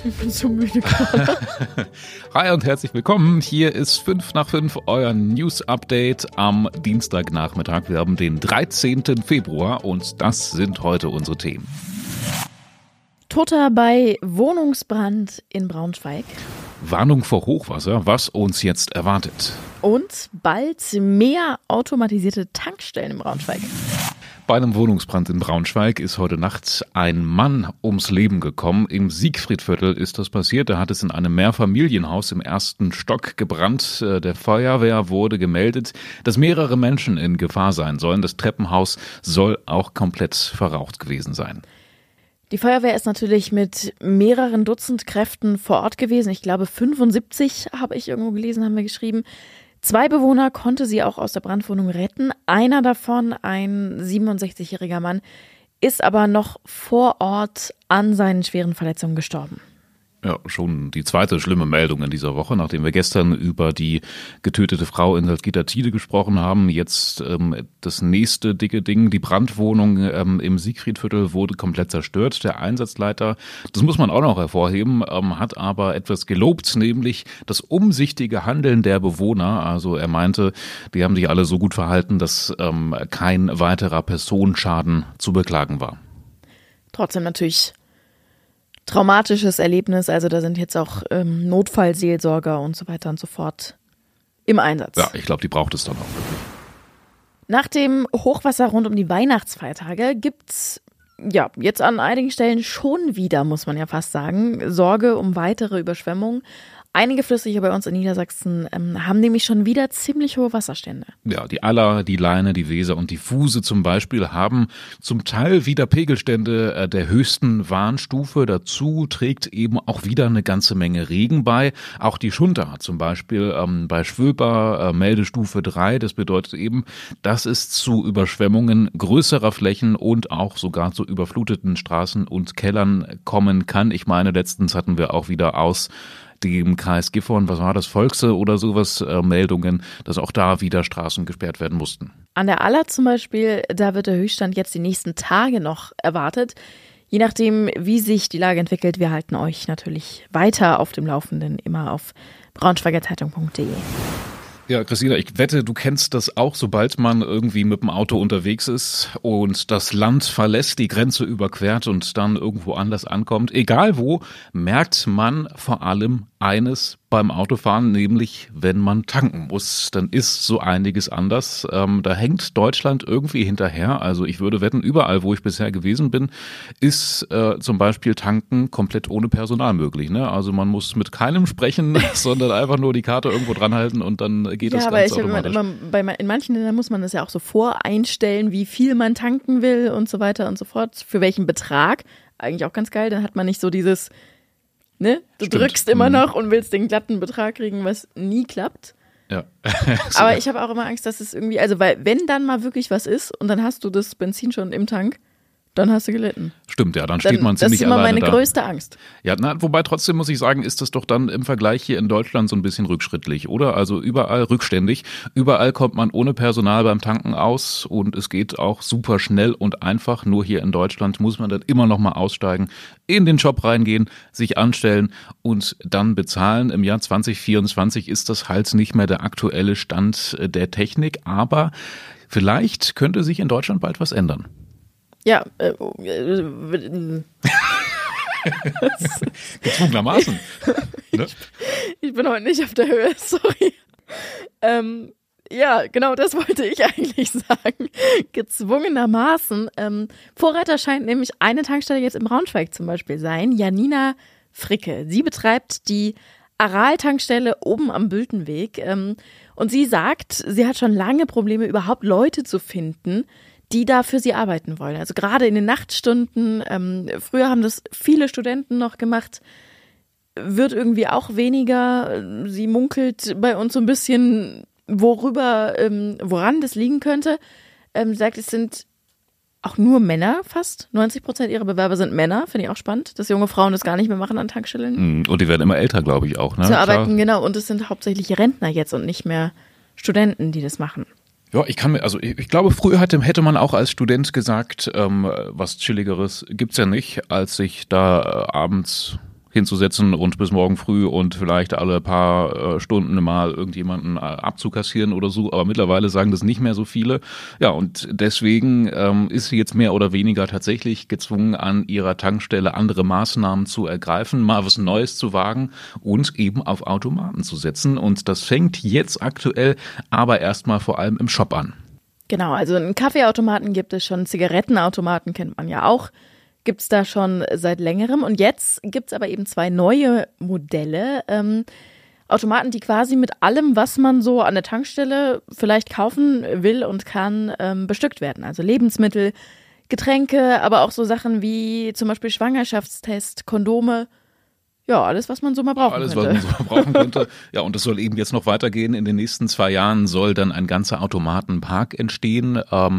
Ich bin so müde gerade. Hi und herzlich willkommen. Hier ist 5 nach 5, euer News-Update am Dienstagnachmittag. Wir haben den 13. Februar und das sind heute unsere Themen. Toter bei Wohnungsbrand in Braunschweig. Warnung vor Hochwasser, was uns jetzt erwartet. Und bald mehr automatisierte Tankstellen in Braunschweig. Bei einem Wohnungsbrand in Braunschweig ist heute Nacht ein Mann ums Leben gekommen. Im Siegfriedviertel ist das passiert. Da hat es in einem Mehrfamilienhaus im ersten Stock gebrannt. Der Feuerwehr wurde gemeldet, dass mehrere Menschen in Gefahr sein sollen. Das Treppenhaus soll auch komplett verraucht gewesen sein. Die Feuerwehr ist natürlich mit mehreren Dutzend Kräften vor Ort gewesen. Ich glaube 75 habe ich irgendwo gelesen, haben wir geschrieben. 2 Bewohner konnte sie auch aus der Brandwohnung retten. Einer davon, ein 67-jähriger Mann, ist aber noch vor Ort an seinen schweren Verletzungen gestorben. Ja, schon die zweite schlimme Meldung in dieser Woche, nachdem wir gestern über die getötete Frau in Salzgitter-Tiede gesprochen haben. Jetzt das nächste dicke Ding, die Brandwohnung im Siegfriedviertel wurde komplett zerstört. Der Einsatzleiter, das muss man auch noch hervorheben, hat aber etwas gelobt, nämlich das umsichtige Handeln der Bewohner. Also er meinte, die haben sich alle so gut verhalten, dass kein weiterer Personenschaden zu beklagen war. Trotzdem natürlich traumatisches Erlebnis, also da sind jetzt auch Notfallseelsorger und so weiter und so fort im Einsatz. Ja, ich glaube, die braucht es dann auch wirklich. Nach dem Hochwasser rund um die Weihnachtsfeiertage gibt's ja jetzt an einigen Stellen schon wieder, muss man ja fast sagen, Sorge um weitere Überschwemmungen. Einige Flüsse hier bei uns in Niedersachsen haben nämlich schon wieder ziemlich hohe Wasserstände. Ja, die Aller, die Leine, die Weser und die Fuse zum Beispiel haben zum Teil wieder Pegelstände der höchsten Warnstufe. Dazu trägt eben auch wieder eine ganze Menge Regen bei. Auch die Schunter hat zum Beispiel bei Schwöber Meldestufe 3. Das bedeutet eben, dass es zu Überschwemmungen größerer Flächen und auch sogar zu überfluteten Straßen und Kellern kommen kann. Ich meine, letztens hatten wir auch wieder aus dem Kreis Gifhorn, was war das, Volkse oder sowas, Meldungen, dass auch da wieder Straßen gesperrt werden mussten. An der Aller zum Beispiel, da wird der Höchststand jetzt die nächsten Tage noch erwartet. Je nachdem, wie sich die Lage entwickelt, wir halten euch natürlich weiter auf dem Laufenden, immer auf braunschweigerzeitung.de. Ja, Christina, ich wette, du kennst das auch, sobald man irgendwie mit dem Auto unterwegs ist und das Land verlässt, die Grenze überquert und dann irgendwo anders ankommt. Egal wo, merkt man vor allem eines beim Autofahren, nämlich wenn man tanken muss, dann ist so einiges anders. Da hängt Deutschland irgendwie hinterher. Also ich würde wetten, überall, wo ich bisher gewesen bin, ist zum Beispiel Tanken komplett ohne Personal möglich. Ne? Also man muss mit keinem sprechen, sondern einfach nur die Karte irgendwo dran halten und dann geht das Ganze automatisch. In manchen Ländern muss man das ja auch so voreinstellen, wie viel man tanken will und so weiter und so fort, für welchen Betrag. Eigentlich auch ganz geil, dann hat man nicht so dieses, ne? Du Stimmt. drückst immer noch und willst den glatten Betrag kriegen, was nie klappt. Ja. Aber ich habe auch immer Angst, dass es irgendwie, also weil wenn dann mal wirklich was ist und dann hast du das Benzin schon im Tank, dann hast du gelitten. Stimmt, ja, dann steht man ziemlich alleine da. Das ist immer meine größte Angst. Ja, wobei trotzdem muss ich sagen, ist das doch dann im Vergleich hier in Deutschland so ein bisschen rückschrittlich, oder? Also überall rückständig, überall kommt man ohne Personal beim Tanken aus und es geht auch super schnell und einfach. Nur hier in Deutschland muss man dann immer noch mal aussteigen, in den Shop reingehen, sich anstellen und dann bezahlen. Im Jahr 2024 ist das halt nicht mehr der aktuelle Stand der Technik, aber vielleicht könnte sich in Deutschland bald was ändern. Ja, gezwungenermaßen. Ne? Ich bin heute nicht auf der Höhe, sorry. Ja, genau das wollte ich eigentlich sagen. Gezwungenermaßen. Vorreiter scheint nämlich eine Tankstelle jetzt in Braunschweig zum Beispiel sein. Janina Fricke. Sie betreibt die Aral-Tankstelle oben am Bültenweg. Und sie sagt, sie hat schon lange Probleme, überhaupt Leute zu finden, die da für sie arbeiten wollen. Also gerade in den Nachtstunden, früher haben das viele Studenten noch gemacht, wird irgendwie auch weniger. Sie munkelt bei uns so ein bisschen, woran das liegen könnte. Sagt, es sind auch nur Männer fast. 90% ihrer Bewerber sind Männer, finde ich auch spannend, dass junge Frauen das gar nicht mehr machen an Tankstellen. Und die werden immer älter, glaube ich auch. Ne? Zu arbeiten, genau. Und es sind hauptsächlich Rentner jetzt und nicht mehr Studenten, die das machen. Ja, ich glaube, früher hätte man auch als Student gesagt, was Chilligeres gibt's ja nicht, als sich da abends hinzusetzen und bis morgen früh und vielleicht alle paar Stunden mal irgendjemanden abzukassieren oder so. Aber mittlerweile sagen das nicht mehr so viele. Ja, und deswegen ist sie jetzt mehr oder weniger tatsächlich gezwungen, an ihrer Tankstelle andere Maßnahmen zu ergreifen, mal was Neues zu wagen und eben auf Automaten zu setzen. Und das fängt jetzt aktuell aber erstmal vor allem im Shop an. Genau, also einen Kaffeeautomaten gibt es schon, Zigarettenautomaten kennt man ja auch. Gibt es da schon seit längerem. Und jetzt gibt es aber eben 2 neue Modelle. Automaten, die quasi mit allem, was man so an der Tankstelle vielleicht kaufen will und kann, bestückt werden. Also Lebensmittel, Getränke, aber auch so Sachen wie zum Beispiel Schwangerschaftstest, Kondome. Ja, alles, was man so mal brauchen könnte. Alles, was man so mal brauchen könnte. Ja, und das soll eben jetzt noch weitergehen. In den nächsten 2 Jahren soll dann ein ganzer Automatenpark entstehen.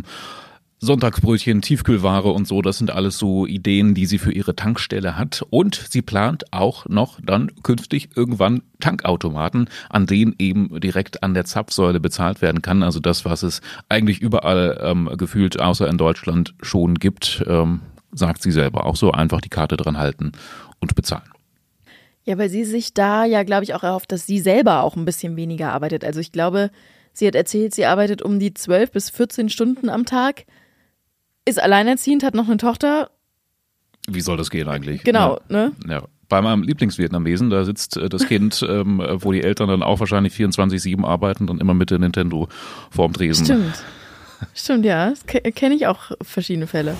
Sonntagsbrötchen, Tiefkühlware und so, das sind alles so Ideen, die sie für ihre Tankstelle hat. Und sie plant auch noch dann künftig irgendwann Tankautomaten, an denen eben direkt an der Zapfsäule bezahlt werden kann. Also das, was es eigentlich überall gefühlt, außer in Deutschland, schon gibt, sagt sie selber. Auch so einfach die Karte dran halten und bezahlen. Ja, weil sie sich da ja, glaube ich, auch erhofft, dass sie selber auch ein bisschen weniger arbeitet. Also ich glaube, sie hat erzählt, sie arbeitet um die 12 bis 14 Stunden am Tag. Ist alleinerziehend, hat noch eine Tochter. Wie soll das gehen eigentlich? Genau, ja. Ne? Ja. Bei meinem Lieblingsvietnamesen, da sitzt das Kind, wo die Eltern dann auch wahrscheinlich 24/7 arbeiten, dann immer mit der Nintendo vorm Tresen. Stimmt, ja. Das kenne ich auch verschiedene Fälle.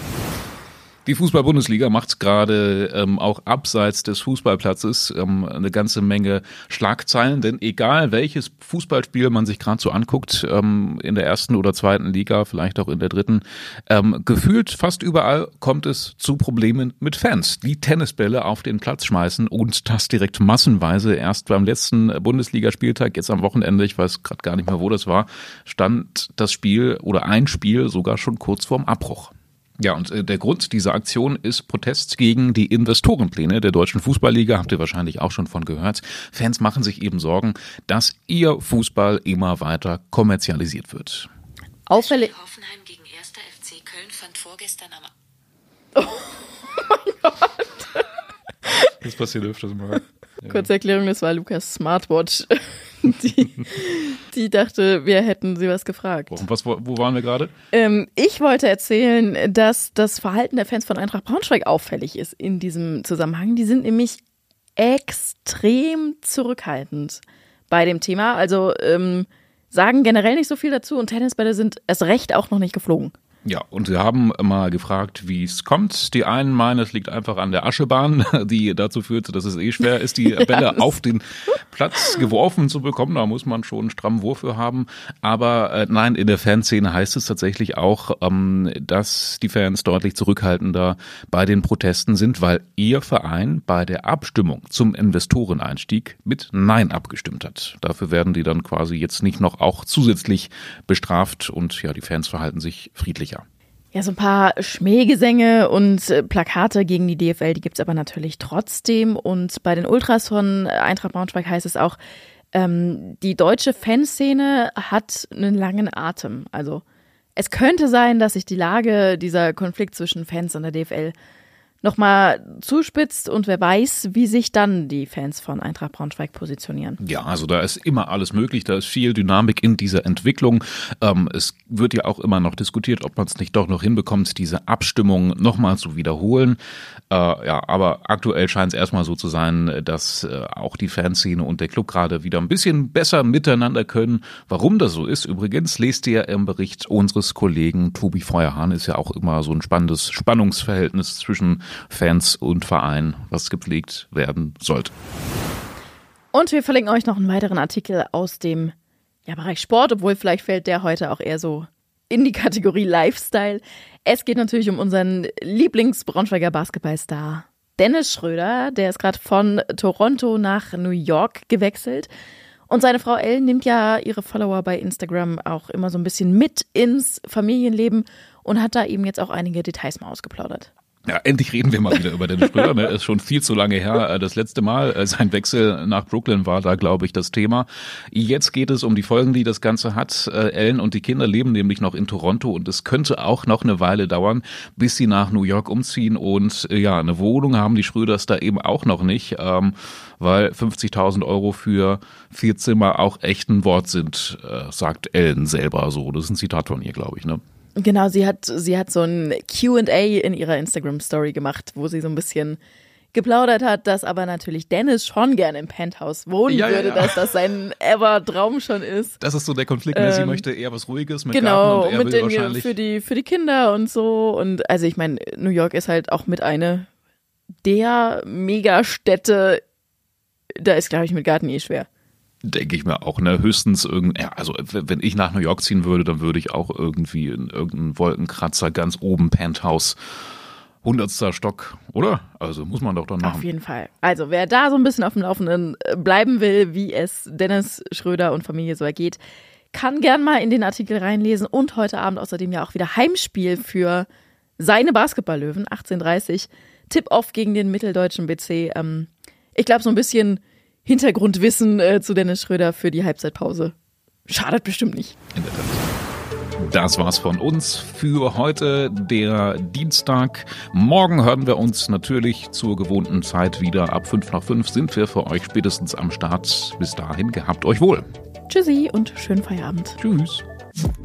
Die Fußball-Bundesliga macht gerade auch abseits des Fußballplatzes eine ganze Menge Schlagzeilen, denn egal welches Fußballspiel man sich gerade so anguckt, in der 1. oder 2. Liga, vielleicht auch in der 3., gefühlt fast überall kommt es zu Problemen mit Fans, die Tennisbälle auf den Platz schmeißen und das direkt massenweise. Erst beim letzten Bundesligaspieltag, jetzt am Wochenende, ich weiß gerade gar nicht mehr, wo das war, stand das Spiel oder ein Spiel sogar schon kurz vorm Abbruch. Ja, und der Grund dieser Aktion ist Protest gegen die Investorenpläne der Deutschen Fußballliga, habt ihr wahrscheinlich auch schon von gehört. Fans machen sich eben Sorgen, dass ihr Fußball immer weiter kommerzialisiert wird. Auffällig. Hoffenheim gegen 1. FC Köln fand vorgestern am... Oh mein Gott. Das passiert öfters mal. Ja. Kurze Erklärung, das war Lukas Smartwatch. Die dachte, wir hätten sie was gefragt. Wo waren wir gerade? Ich wollte erzählen, dass das Verhalten der Fans von Eintracht Braunschweig auffällig ist in diesem Zusammenhang. Die sind nämlich extrem zurückhaltend bei dem Thema. Also sagen generell nicht so viel dazu und Tennisbälle sind erst recht auch noch nicht geflogen. Ja, und wir haben mal gefragt, wie es kommt. Die einen meinen, es liegt einfach an der Aschebahn, die dazu führt, dass es schwer ist, die Bälle auf den Platz geworfen zu bekommen. Da muss man schon einen strammen Wurf für haben. Aber nein, in der Fanszene heißt es tatsächlich auch, dass die Fans deutlich zurückhaltender bei den Protesten sind, weil ihr Verein bei der Abstimmung zum Investoreneinstieg mit Nein abgestimmt hat. Dafür werden die dann quasi jetzt nicht noch auch zusätzlich bestraft und ja, die Fans verhalten sich friedlicher. Ja, so ein paar Schmähgesänge und Plakate gegen die DFL, die gibt's aber natürlich trotzdem. Und bei den Ultras von Eintracht Braunschweig heißt es auch, die deutsche Fanszene hat einen langen Atem. Also es könnte sein, dass sich die Lage, dieser Konflikt zwischen Fans und der DFL nochmal zuspitzt und wer weiß, wie sich dann die Fans von Eintracht Braunschweig positionieren. Ja, also da ist immer alles möglich, da ist viel Dynamik in dieser Entwicklung. Es wird ja auch immer noch diskutiert, ob man es nicht doch noch hinbekommt, diese Abstimmung nochmal zu wiederholen. Ja, aber aktuell scheint es erstmal so zu sein, dass auch die Fanszene und der Club gerade wieder ein bisschen besser miteinander können. Warum das so ist, übrigens, lest ihr im Bericht unseres Kollegen Tobi Feuerhahn, ist ja auch immer so ein spannendes Spannungsverhältnis zwischen Fans und Verein, was gepflegt werden sollte. Und wir verlinken euch noch einen weiteren Artikel aus dem Bereich Sport, obwohl vielleicht fällt der heute auch eher so in die Kategorie Lifestyle. Es geht natürlich um unseren Lieblings-Braunschweiger Basketballstar Dennis Schröder. Der ist gerade von Toronto nach New York gewechselt. Und seine Frau Elle nimmt ja ihre Follower bei Instagram auch immer so ein bisschen mit ins Familienleben und hat da eben jetzt auch einige Details mal ausgeplaudert. Ja, endlich reden wir mal wieder über Dennis Schröder. Ne? Ist schon viel zu lange her. Das letzte Mal, sein Wechsel nach Brooklyn war da, glaube ich, das Thema. Jetzt geht es um die Folgen, die das Ganze hat. Ellen und die Kinder leben nämlich noch in Toronto und es könnte auch noch eine Weile dauern, bis sie nach New York umziehen. Und ja, eine Wohnung haben die Schröders da eben auch noch nicht, weil 50.000 € für 4 Zimmer auch echt ein Wort sind, sagt Ellen selber so. Das ist ein Zitat von ihr, glaube ich, ne? Genau, sie hat so ein Q&A in ihrer Instagram-Story gemacht, wo sie so ein bisschen geplaudert hat, dass aber natürlich Dennis schon gerne im Penthouse wohnen würde, dass das sein Ever-Traum schon ist. Das ist so der Konflikt, ne? Sie möchte eher was Ruhiges mit genau, Garten und er mit will wahrscheinlich für die Kinder und so. Und also ich meine, New York ist halt auch mit einer der Megastädte, da ist, glaube ich, mit Garten schwer. Denke ich mir auch, ne? Höchstens also wenn ich nach New York ziehen würde, dann würde ich auch irgendwie in irgendeinen Wolkenkratzer ganz oben Penthouse, 100. Stock, oder? Also muss man doch dann machen. Auf jeden Fall. Also wer da so ein bisschen auf dem Laufenden bleiben will, wie es Dennis Schröder und Familie so ergeht, kann gern mal in den Artikel reinlesen und heute Abend außerdem ja auch wieder Heimspiel für seine Basketballlöwen, 18:30, Tip-Off gegen den mitteldeutschen BC. Ich glaube, so ein bisschen Hintergrundwissen zu Dennis Schröder für die Halbzeitpause schadet bestimmt nicht. In der Tat. Das war's von uns für heute, der Dienstag. Morgen hören wir uns natürlich zur gewohnten Zeit wieder. Ab 5:05 sind wir für euch spätestens am Start. Bis dahin, gehabt euch wohl. Tschüssi und schönen Feierabend. Tschüss.